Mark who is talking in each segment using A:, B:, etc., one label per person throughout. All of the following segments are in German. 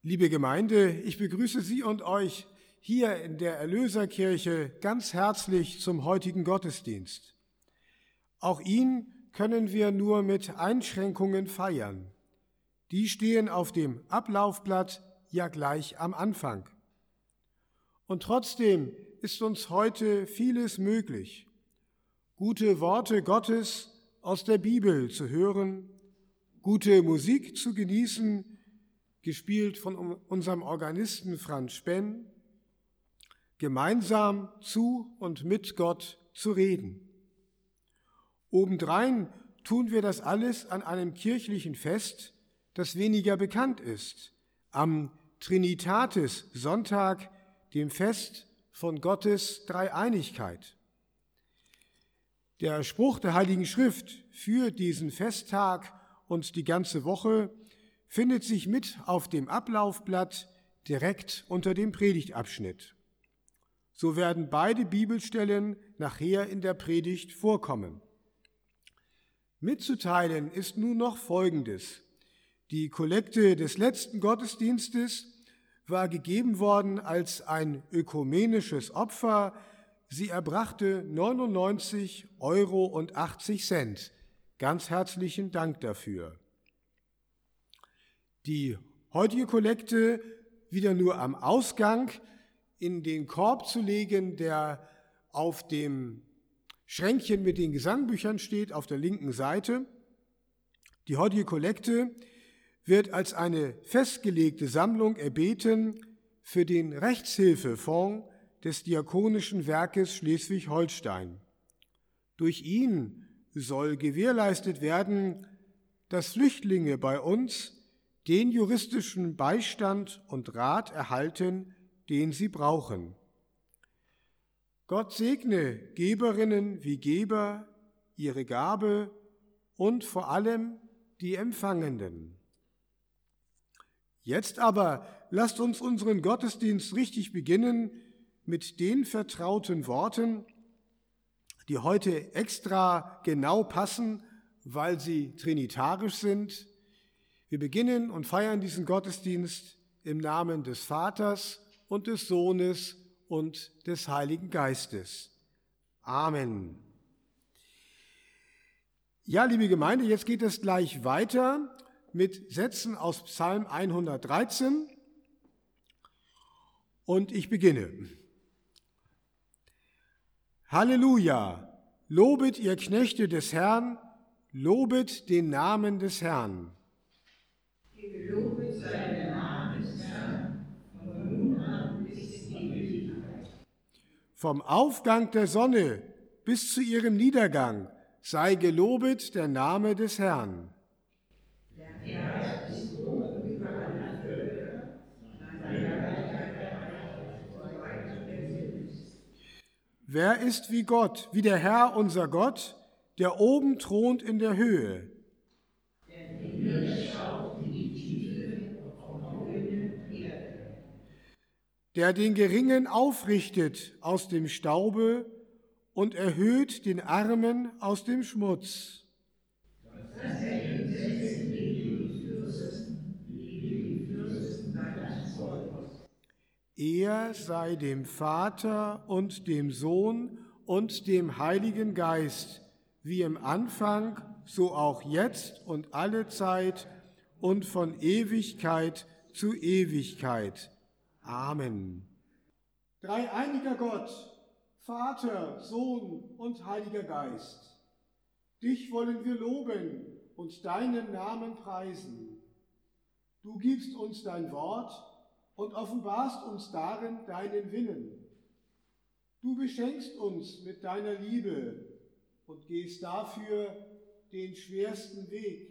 A: Liebe Gemeinde, ich begrüße Sie und euch hier in der Erlöserkirche ganz herzlich zum heutigen Gottesdienst. Auch ihn können wir nur mit Einschränkungen feiern. Die stehen auf dem Ablaufblatt ja gleich am Anfang. Und trotzdem ist uns heute vieles möglich. Gute Worte Gottes aus der Bibel zu hören, gute Musik zu genießen, gespielt von unserem Organisten Franz Spenn, gemeinsam zu und mit Gott zu reden. Obendrein tun wir das alles an einem kirchlichen Fest, das weniger bekannt ist, am Trinitatis-Sonntag, dem Fest von Gottes Dreieinigkeit. Der Spruch der Heiligen Schrift für diesen Festtag und die ganze Woche findet sich mit auf dem Ablaufblatt direkt unter dem Predigtabschnitt. So werden beide Bibelstellen nachher in der Predigt vorkommen. Mitzuteilen ist nun noch Folgendes. Die Kollekte des letzten Gottesdienstes war gegeben worden als ein ökumenisches Opfer. Sie erbrachte 99,80 €. Ganz herzlichen Dank dafür. Die heutige Kollekte wieder nur am Ausgang in den Korb zu legen, der auf dem Schränkchen mit den Gesangbüchern steht, auf der linken Seite. Die heutige Kollekte wird als eine festgelegte Sammlung erbeten für den Rechtshilfefonds des Diakonischen Werkes Schleswig-Holstein. Durch ihn soll gewährleistet werden, dass Flüchtlinge bei uns den juristischen Beistand und Rat erhalten, den sie brauchen. Gott segne Geberinnen wie Geber, ihre Gabe und vor allem die Empfangenden. Jetzt aber lasst uns unseren Gottesdienst richtig beginnen mit den vertrauten Worten, die heute extra genau passen, weil sie trinitarisch sind. Wir beginnen und feiern diesen Gottesdienst im Namen des Vaters und des Sohnes und des Heiligen Geistes. Amen. Ja, liebe Gemeinde, jetzt geht es gleich weiter mit Sätzen aus Psalm 113 und ich beginne. Halleluja! Lobet ihr Knechte des Herrn, lobet den Namen des Herrn.
B: Gelobet sei der Name des Herrn, von nun an bis in Ewigkeit.
A: Vom Aufgang der Sonne bis zu ihrem Niedergang sei gelobet der Name des Herrn.
B: Der Herr ist hoch über alle Völker, seine Herrlichkeit so weit der Himmel ist.
A: Wer ist wie Gott, wie der Herr unser Gott, der oben thront in der Höhe?
B: Der Himmel schaut in die Tiefe vom grünen Erde.
A: Der den Geringen aufrichtet aus dem Staube und erhöht den Armen aus dem Schmutz.
B: Das hinsetzt die Fürsten seines Volkes.
A: Er sei dem Vater und dem Sohn und dem Heiligen Geist, wie im Anfang, so auch jetzt und alle Zeit und von Ewigkeit zu Ewigkeit. Amen. Dreieiniger Gott, Vater, Sohn und Heiliger Geist, dich wollen wir loben und deinen Namen preisen. Du gibst uns dein Wort und offenbarst uns darin deinen Willen. Du beschenkst uns mit deiner Liebe und gehst dafür den schwersten Weg.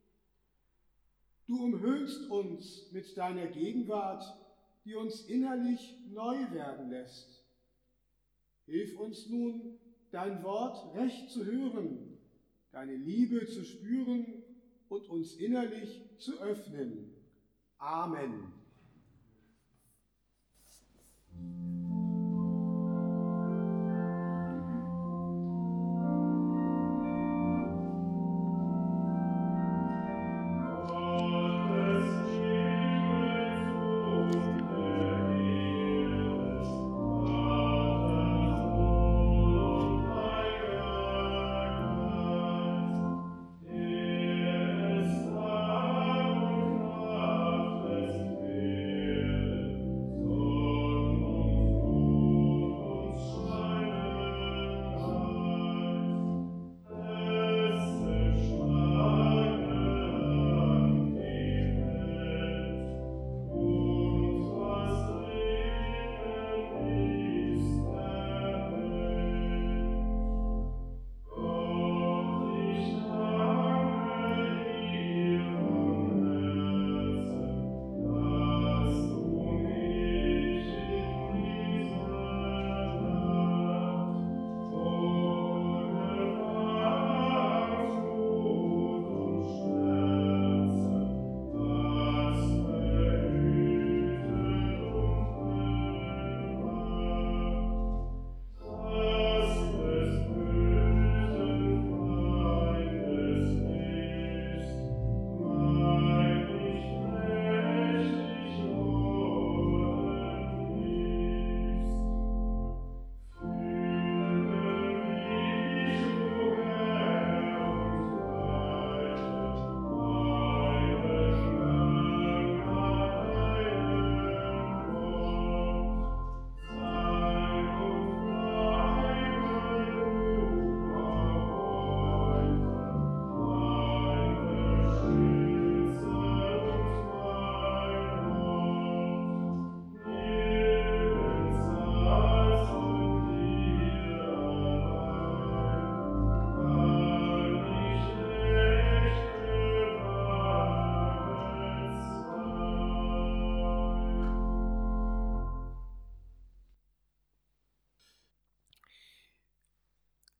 A: Du umhüllst uns mit deiner Gegenwart, die uns innerlich neu werden lässt. Hilf uns nun, dein Wort recht zu hören, deine Liebe zu spüren und uns innerlich zu öffnen. Amen.
C: Gottes Liebe zu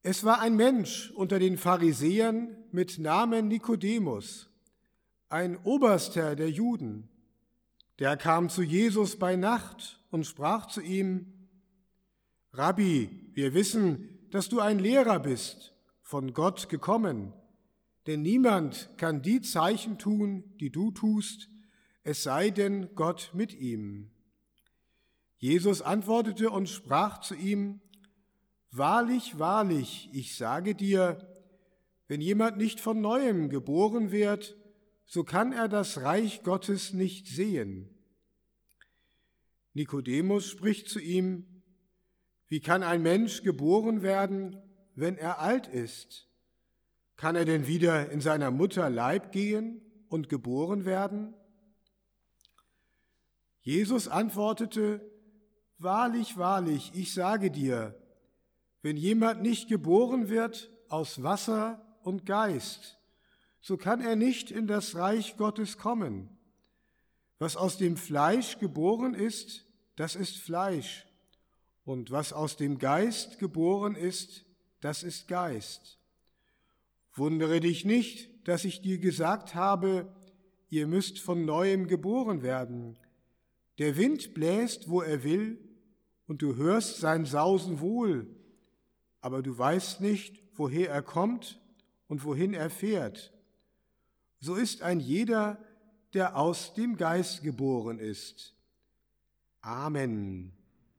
A: Es war ein Mensch unter den Pharisäern mit Namen Nikodemus, ein Oberster der Juden. Der kam zu Jesus bei Nacht und sprach zu ihm: Rabbi, wir wissen, dass du ein Lehrer bist, von Gott gekommen, denn niemand kann die Zeichen tun, die du tust, es sei denn Gott mit ihm. Jesus antwortete und sprach zu ihm: Wahrlich, wahrlich, ich sage dir, wenn jemand nicht von Neuem geboren wird, so kann er das Reich Gottes nicht sehen. Nikodemus spricht zu ihm: Wie kann ein Mensch geboren werden, wenn er alt ist? Kann er denn wieder in seiner Mutter Leib gehen und geboren werden? Jesus antwortete: Wahrlich, wahrlich, ich sage dir, wenn jemand nicht geboren wird aus Wasser und Geist, so kann er nicht in das Reich Gottes kommen. Was aus dem Fleisch geboren ist, das ist Fleisch, und was aus dem Geist geboren ist, das ist Geist. Wundere dich nicht, dass ich dir gesagt habe, ihr müsst von Neuem geboren werden. Der Wind bläst, wo er will, und du hörst sein Sausen wohl, aber du weißt nicht, woher er kommt und wohin er fährt. So ist ein jeder, der aus dem Geist geboren ist. Amen.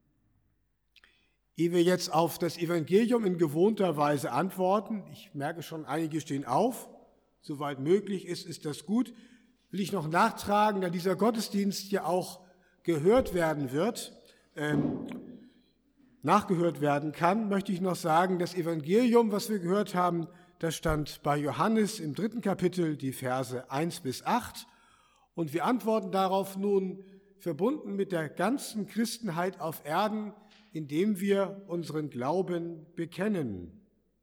A: Ehe wir jetzt auf das Evangelium in gewohnter Weise antworten, ich merke schon, einige stehen auf, soweit möglich ist, ist das gut, will ich noch nachtragen, da dieser Gottesdienst ja auch gehört werden wird, nachgehört werden kann, möchte ich noch sagen, das Evangelium, was wir gehört haben, das stand bei Johannes im 3. Kapitel, die Verse 1 bis 8. Und wir antworten darauf nun verbunden mit der ganzen Christenheit auf Erden, indem wir unseren Glauben bekennen.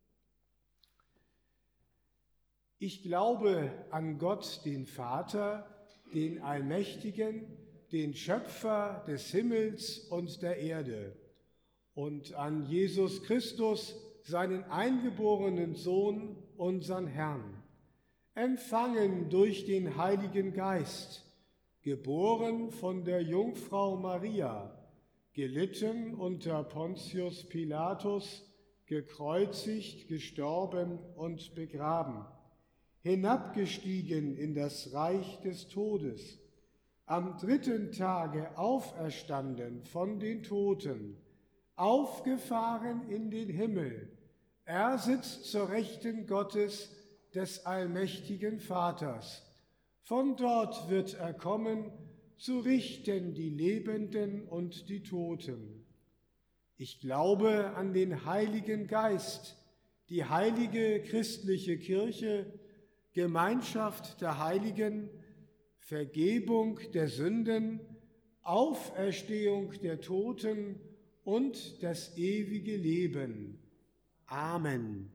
A: Ich glaube an Gott, den Vater, den Allmächtigen, den Schöpfer des Himmels und der Erde, und an Jesus Christus, seinen eingeborenen Sohn, unseren Herrn, empfangen durch den Heiligen Geist, geboren von der Jungfrau Maria, gelitten unter Pontius Pilatus, gekreuzigt, gestorben und begraben, hinabgestiegen in das Reich des Todes, am 3. Tage auferstanden von den Toten, aufgefahren in den Himmel. Er sitzt zur Rechten Gottes, des allmächtigen Vaters. Von dort wird er kommen, zu richten die Lebenden und die Toten. Ich glaube an den Heiligen Geist, die heilige christliche Kirche, Gemeinschaft der Heiligen, Vergebung der Sünden, Auferstehung der Toten und das ewige Leben. Amen.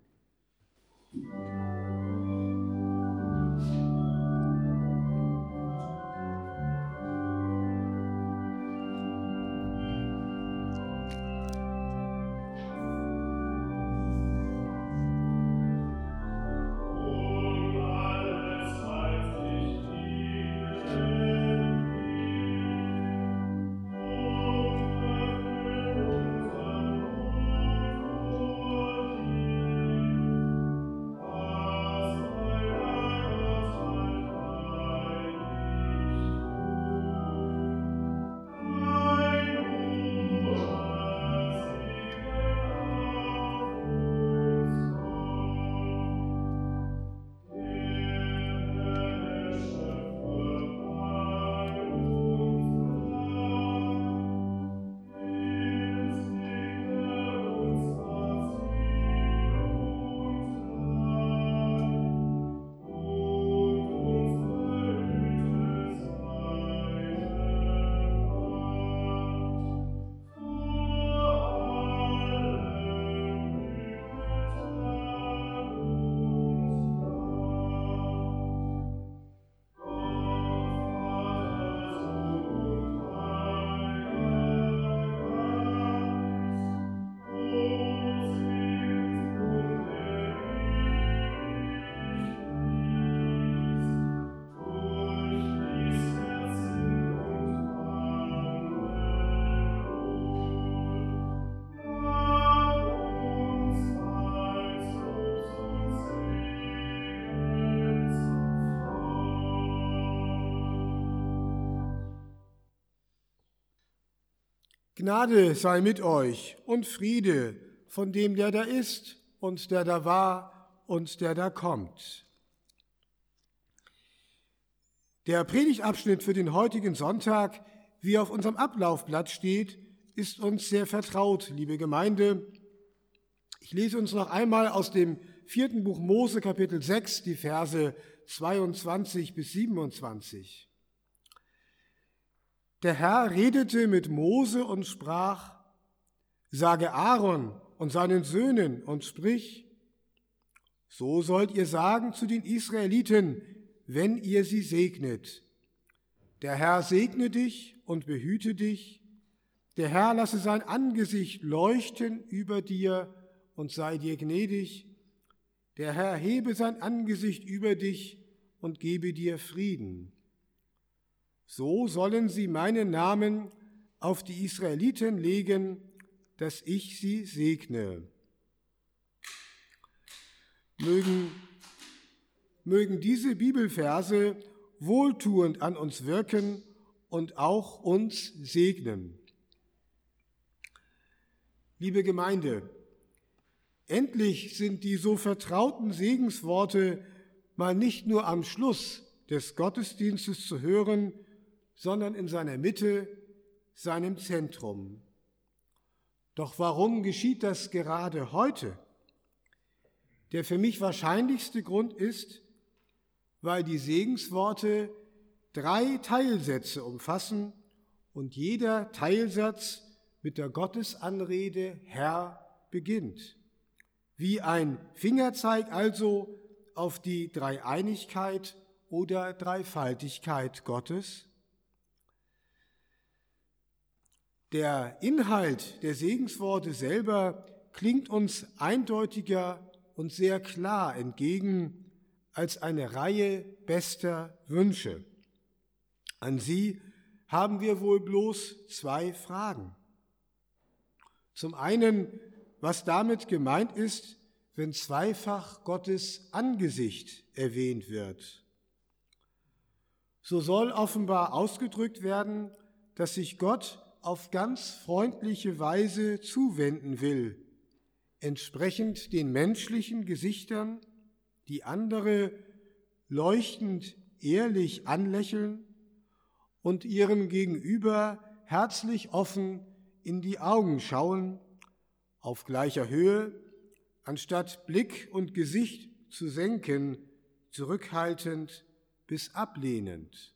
A: Gnade sei mit euch und Friede von dem, der da ist und der da war und der da kommt. Der Predigtabschnitt für den heutigen Sonntag, wie auf unserem Ablaufblatt steht, ist uns sehr vertraut, liebe Gemeinde. Ich lese uns noch einmal aus dem 4. Buch Mose, Kapitel 6, die Verse 22 bis 27. Der Herr redete mit Mose und sprach: Sage Aaron und seinen Söhnen und sprich: So sollt ihr sagen zu den Israeliten, wenn ihr sie segnet: Der Herr segne dich und behüte dich. Der Herr lasse sein Angesicht leuchten über dir und sei dir gnädig. Der Herr hebe sein Angesicht über dich und gebe dir Frieden. So sollen sie meinen Namen auf die Israeliten legen, dass ich sie segne. Mögen diese Bibelverse wohltuend an uns wirken und auch uns segnen. Liebe Gemeinde, endlich sind die so vertrauten Segensworte mal nicht nur am Schluss des Gottesdienstes zu hören, sondern in seiner Mitte, seinem Zentrum. Doch warum geschieht das gerade heute? Der für mich wahrscheinlichste Grund ist, weil die Segensworte 3 Teilsätze umfassen und jeder Teilsatz mit der Gottesanrede Herr beginnt. Wie ein Fingerzeig also auf die Dreieinigkeit oder Dreifaltigkeit Gottes. Der Inhalt der Segensworte selber klingt uns eindeutiger und sehr klar entgegen als eine Reihe bester Wünsche. An sie haben wir wohl bloß 2 Fragen. Zum einen, was damit gemeint ist, wenn zweifach Gottes Angesicht erwähnt wird. So soll offenbar ausgedrückt werden, dass sich Gott auf ganz freundliche Weise zuwenden will, entsprechend den menschlichen Gesichtern, die andere leuchtend ehrlich anlächeln und ihrem Gegenüber herzlich offen in die Augen schauen, auf gleicher Höhe, anstatt Blick und Gesicht zu senken, zurückhaltend bis ablehnend.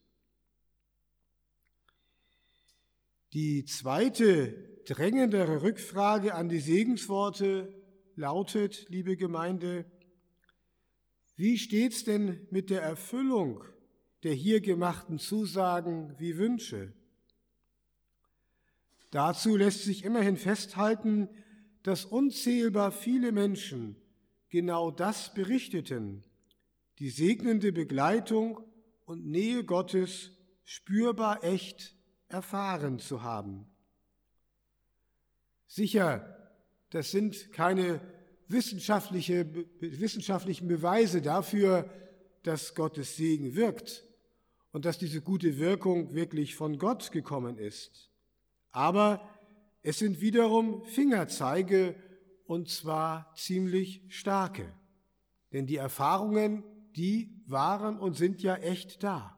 A: Die zweite, drängendere Rückfrage an die Segensworte lautet, liebe Gemeinde: Wie steht's denn mit der Erfüllung der hier gemachten Zusagen wie Wünsche? Dazu lässt sich immerhin festhalten, dass unzählbar viele Menschen genau das berichteten, die segnende Begleitung und Nähe Gottes spürbar echt erfahren zu haben. Sicher, das sind keine wissenschaftlichen Beweise dafür, dass Gottes Segen wirkt und dass diese gute Wirkung wirklich von Gott gekommen ist. Aber es sind wiederum Fingerzeige, und zwar ziemlich starke. Denn die Erfahrungen, die waren und sind ja echt da.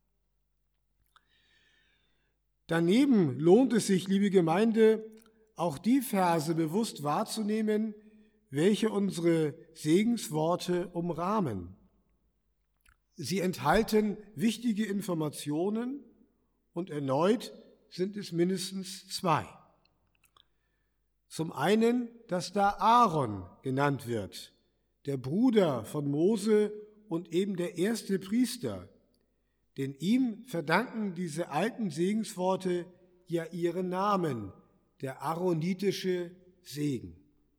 A: Daneben lohnt es sich, liebe Gemeinde, auch die Verse bewusst wahrzunehmen, welche unsere Segensworte umrahmen. Sie enthalten wichtige Informationen und erneut sind es mindestens 2. Zum einen, dass da Aaron genannt wird, der Bruder von Mose und eben der erste Priester, denn ihm verdanken diese alten Segensworte ja ihren Namen, der aaronitische Segen.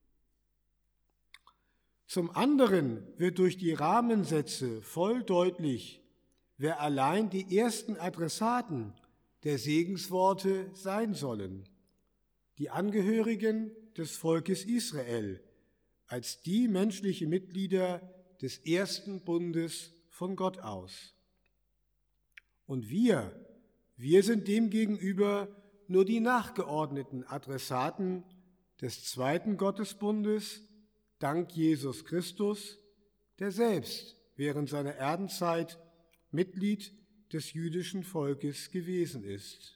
A: Zum anderen wird durch die Rahmensätze voll deutlich, wer allein die ersten Adressaten der Segensworte sein sollen: die Angehörigen des Volkes Israel, als die menschlichen Mitglieder des ersten Bundes von Gott aus. Und wir sind demgegenüber nur die nachgeordneten Adressaten des zweiten Gottesbundes, dank Jesus Christus, der selbst während seiner Erdenzeit Mitglied des jüdischen Volkes gewesen ist.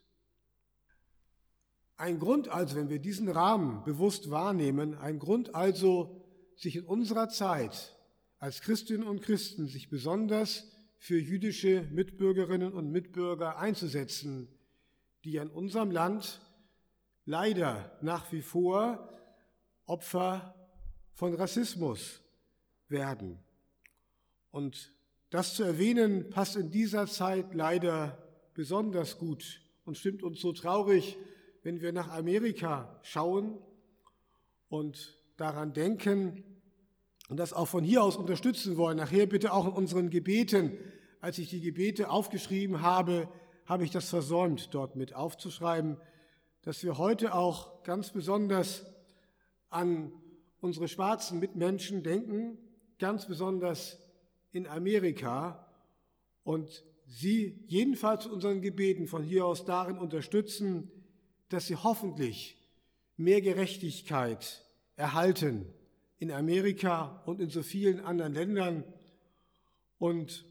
A: Ein Grund also, wenn wir diesen Rahmen bewusst wahrnehmen, ein Grund also, sich in unserer Zeit als Christinnen und Christen sich besonders für jüdische Mitbürgerinnen und Mitbürger einzusetzen, die in unserem Land leider nach wie vor Opfer von Rassismus werden. Und das zu erwähnen, passt in dieser Zeit leider besonders gut und stimmt uns so traurig, wenn wir nach Amerika schauen und daran denken und das auch von hier aus unterstützen wollen. Nachher bitte auch in unseren Gebeten. Als ich die Gebete aufgeschrieben habe, habe ich das versäumt, dort mit aufzuschreiben, dass wir heute auch ganz besonders an unsere schwarzen Mitmenschen denken, ganz besonders in Amerika, und sie jedenfalls zu unseren Gebeten von hier aus darin unterstützen, dass sie hoffentlich mehr Gerechtigkeit erhalten in Amerika und in so vielen anderen Ländern. Und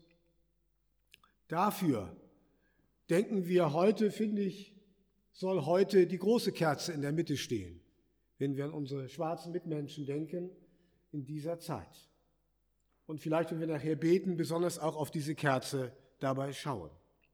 A: dafür denken wir heute, finde ich, soll heute die große Kerze in der Mitte stehen, wenn wir an unsere schwarzen Mitmenschen denken in dieser Zeit. Und vielleicht, wenn wir nachher beten, besonders auch auf diese Kerze dabei schauen.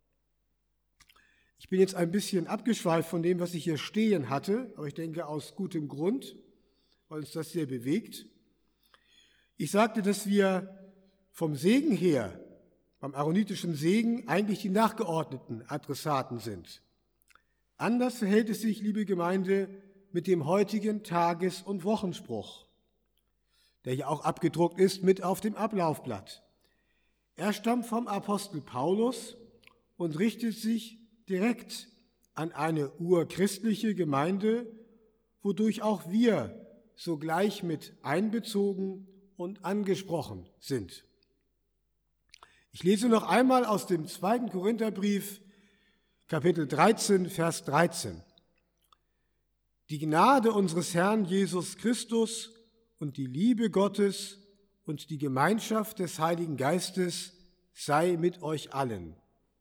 A: Ich bin jetzt ein bisschen abgeschweift von dem, was ich hier stehen hatte, aber ich denke aus gutem Grund, weil uns das sehr bewegt. Ich sagte, dass wir vom Segen her, beim aaronitischen Segen, eigentlich die nachgeordneten Adressaten sind. Anders verhält es sich, liebe Gemeinde, mit dem heutigen Tages- und Wochenspruch, der ja auch abgedruckt ist mit auf dem Ablaufblatt. Er stammt vom Apostel Paulus und richtet sich direkt an eine urchristliche Gemeinde, wodurch auch wir sogleich mit einbezogen und angesprochen sind. Ich lese noch einmal aus dem 2. Korintherbrief, Kapitel 13, Vers 13. Die Gnade unseres Herrn Jesus Christus und die Liebe Gottes und die Gemeinschaft des Heiligen Geistes sei mit euch allen.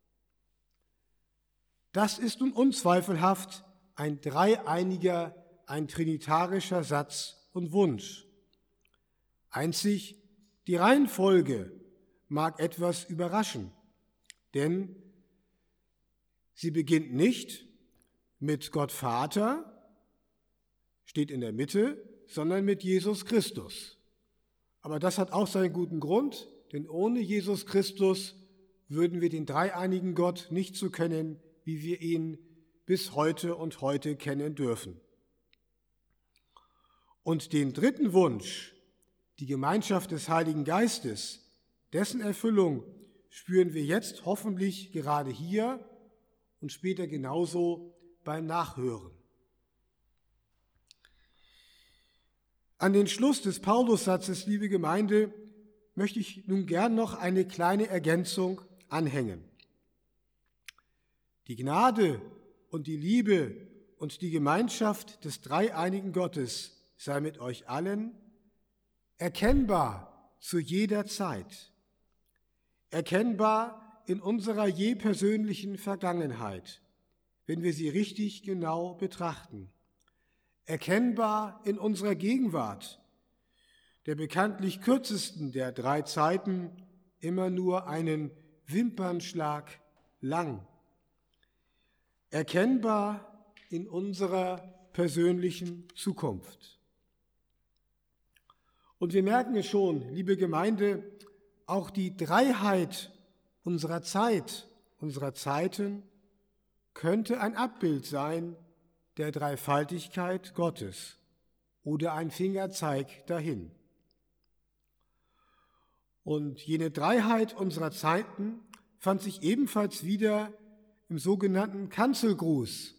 A: Das ist nun unzweifelhaft ein dreieiniger, ein trinitarischer Satz und Wunsch. Einzig die Reihenfolge mag etwas überraschen, denn sie beginnt nicht mit Gott Vater, steht in der Mitte, sondern mit Jesus Christus. Aber das hat auch seinen guten Grund, denn ohne Jesus Christus würden wir den dreieinigen Gott nicht so kennen, wie wir ihn bis heute und heute kennen dürfen. Und den dritten Wunsch, die Gemeinschaft des Heiligen Geistes, dessen Erfüllung spüren wir jetzt hoffentlich gerade hier und später genauso beim Nachhören. An den Schluss des Paulussatzes, liebe Gemeinde, möchte ich nun gern noch eine kleine Ergänzung anhängen. Die Gnade und die Liebe und die Gemeinschaft des dreieinigen Gottes sei mit euch allen, erkennbar zu jeder Zeit, erkennbar in unserer je persönlichen Vergangenheit, wenn wir sie richtig genau betrachten, erkennbar in unserer Gegenwart, der bekanntlich kürzesten der drei Zeiten, immer nur einen Wimpernschlag lang, erkennbar in unserer persönlichen Zukunft. Und wir merken es schon, liebe Gemeinde, auch die Dreiheit unserer Zeit, unserer Zeiten, könnte ein Abbild sein der Dreifaltigkeit Gottes oder ein Fingerzeig dahin. Und jene Dreiheit unserer Zeiten fand sich ebenfalls wieder im sogenannten Kanzelgruß.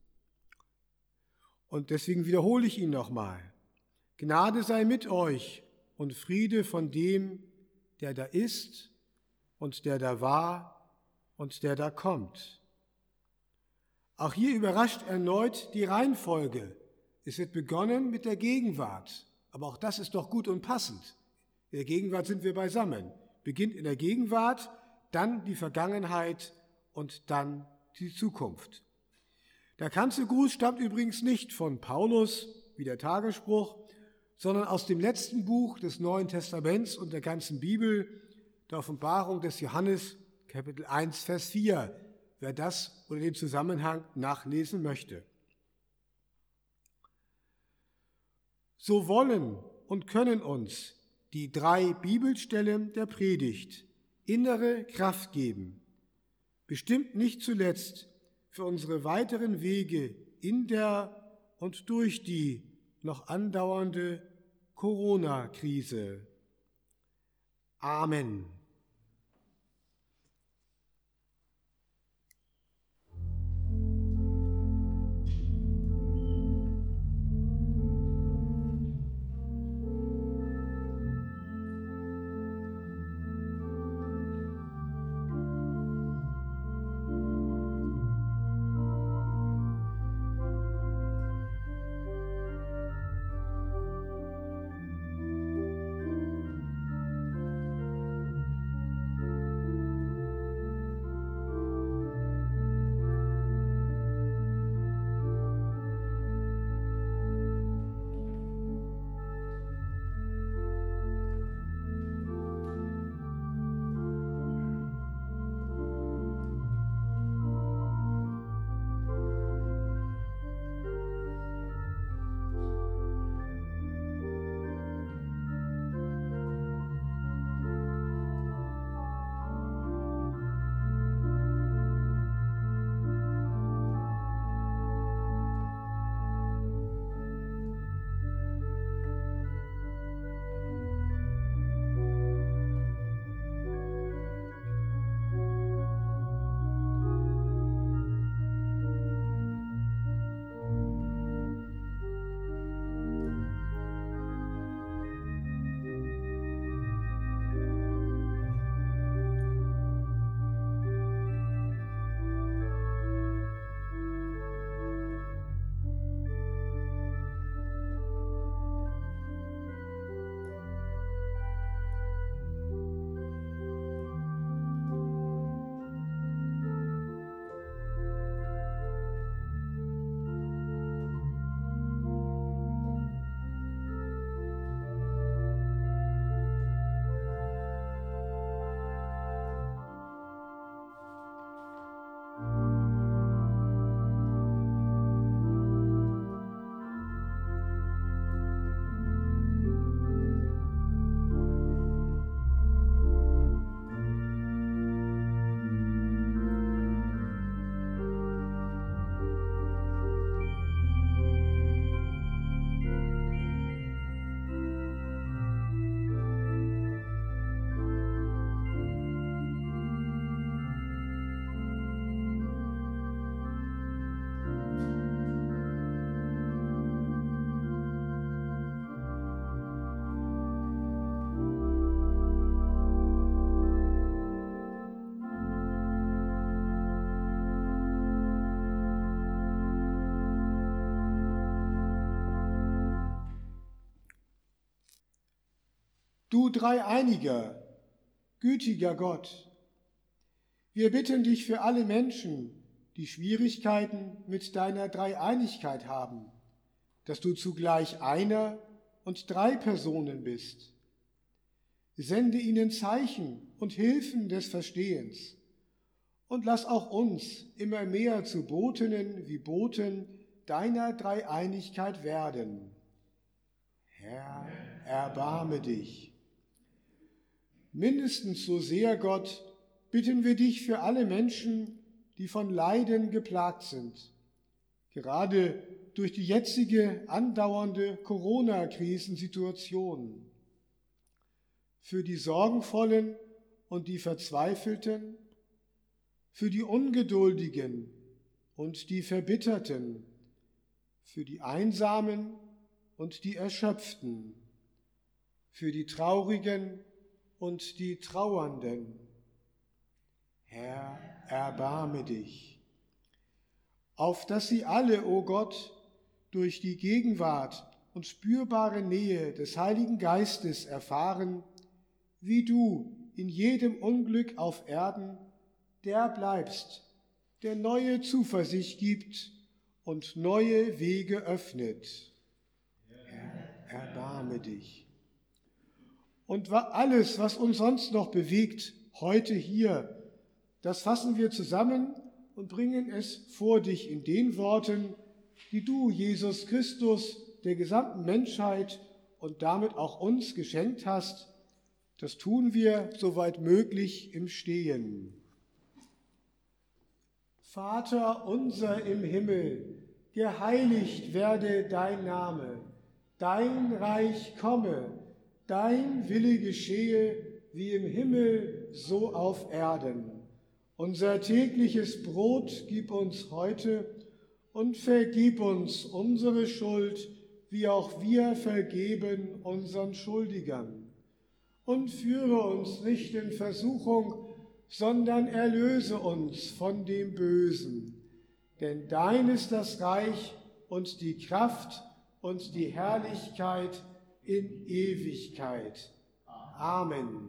A: Und deswegen wiederhole ich ihn nochmal. Gnade sei mit euch und Friede von dem, der da ist und der da war und der da kommt. Auch hier überrascht erneut die Reihenfolge. Es wird begonnen mit der Gegenwart, aber auch das ist doch gut und passend. In der Gegenwart sind wir beisammen. Beginnt in der Gegenwart, dann die Vergangenheit und dann die Zukunft. Der Kanzelgruß stammt übrigens nicht von Paulus, wie der Tagesspruch, sondern aus dem letzten Buch des Neuen Testaments und der ganzen Bibel, der Offenbarung des Johannes, Kapitel 1, Vers 4, wer das oder den Zusammenhang nachlesen möchte. So wollen und können uns die 3 Bibelstellen der Predigt innere Kraft geben, bestimmt nicht zuletzt für unsere weiteren Wege in der und durch die noch andauernde Corona-Krise. Amen. Du dreieiniger, gütiger Gott, wir bitten dich für alle Menschen, die Schwierigkeiten mit deiner Dreieinigkeit haben, dass du zugleich einer und 3 Personen bist. Sende ihnen Zeichen und Hilfen des Verstehens und lass auch uns immer mehr zu Botinnen wie Boten deiner Dreieinigkeit werden. Herr, erbarme dich. Mindestens so sehr, Gott, bitten wir dich für alle Menschen, die von Leiden geplagt sind, gerade durch die jetzige andauernde Corona-Krisensituation, für die Sorgenvollen und die Verzweifelten, für die Ungeduldigen und die Verbitterten, für die Einsamen und die Erschöpften, für die Traurigen und die Trauernden. Herr, erbarme dich. auf dass sie alle, o Gott, durch die Gegenwart und spürbare Nähe des Heiligen Geistes erfahren, wie du in jedem Unglück auf Erden der bleibst, der neue Zuversicht gibt und neue Wege öffnet. Herr, erbarme dich. Und alles, was uns sonst noch bewegt, heute hier, das fassen wir zusammen und bringen es vor dich in den Worten, die du, Jesus Christus, der gesamten Menschheit und damit auch uns geschenkt hast. Das tun wir, soweit möglich, im Stehen. Vater unser im Himmel, geheiligt werde dein Name, dein Reich komme, dein Wille geschehe, wie im Himmel, so auf Erden. Unser tägliches Brot gib uns heute und vergib uns unsere Schuld, wie auch wir vergeben unseren Schuldigern. Und führe uns nicht in Versuchung, sondern erlöse uns von dem Bösen. Denn dein ist das Reich und die Kraft und die Herrlichkeit in Ewigkeit. Amen.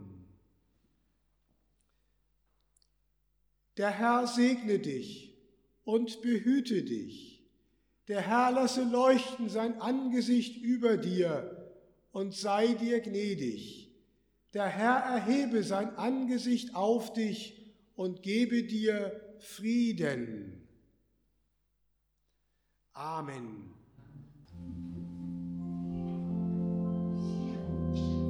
A: Der Herr segne dich und behüte dich. Der Herr lasse leuchten sein Angesicht über dir und sei dir gnädig. Der Herr erhebe sein Angesicht auf dich und gebe dir Frieden. Amen.